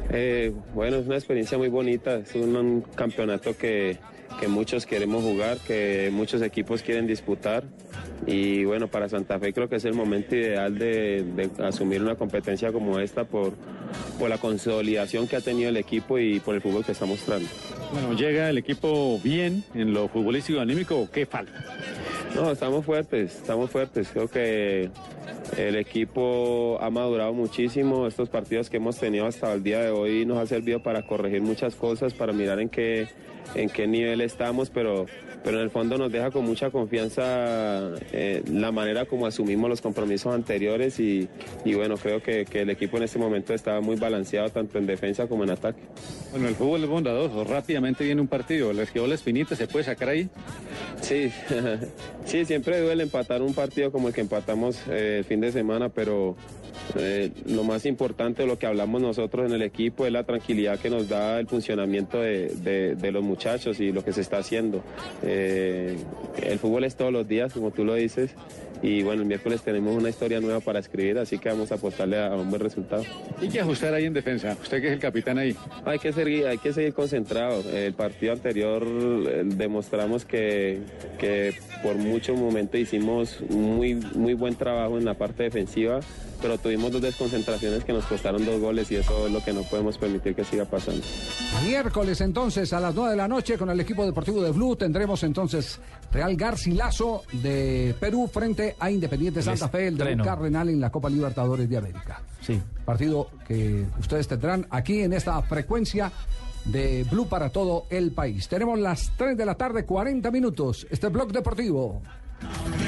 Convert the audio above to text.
Bueno, es una experiencia muy bonita, es un campeonato que muchos queremos jugar, que muchos equipos quieren disputar y bueno, para Santa Fe creo que es el momento ideal de asumir una competencia como esta por la consolidación que ha tenido el equipo y por el fútbol que está mostrando. Bueno, ¿llega el equipo bien en lo futbolístico anímico o qué falta? No, estamos fuertes, creo que el equipo ha madurado muchísimo, estos partidos que hemos tenido hasta el día de hoy nos ha servido para corregir muchas cosas, para mirar en qué nivel estamos, pero en el fondo nos deja con mucha confianza la manera como asumimos los compromisos anteriores y bueno, creo que el equipo en este momento está muy balanceado tanto en defensa como en ataque. Bueno, el fútbol es bondadoso, rápidamente viene un partido, les quedó la espinita, ¿se puede sacar ahí? Sí, sí, siempre duele empatar un partido como el que empatamos el fin de semana, pero lo más importante, lo que hablamos nosotros en el equipo, es la tranquilidad que nos da el funcionamiento de los muchachos y lo que se está haciendo. El fútbol es todos los días, como tú lo dices, y bueno, el miércoles tenemos una historia nueva para escribir, así que vamos a apostarle a un buen resultado. ¿Y qué ajustar ahí en defensa? Usted que es el capitán ahí. Hay que seguir concentrado. El partido anterior demostramos que por muchos momentos hicimos muy buen trabajo en la parte defensiva, pero tuvimos 2 desconcentraciones que nos costaron 2 goles y eso es lo que no podemos permitir que siga pasando. Miércoles entonces a las 9 de la noche con el equipo deportivo de Blue tendremos entonces Real Garcilaso de Perú frente a Independiente Santa Fe, el de Cardenal en la Copa Libertadores de América. Sí. Partido que ustedes tendrán aquí en esta frecuencia de Blue para todo el país. Tenemos las 3 de la tarde, 40 minutos. Este Blog Deportivo.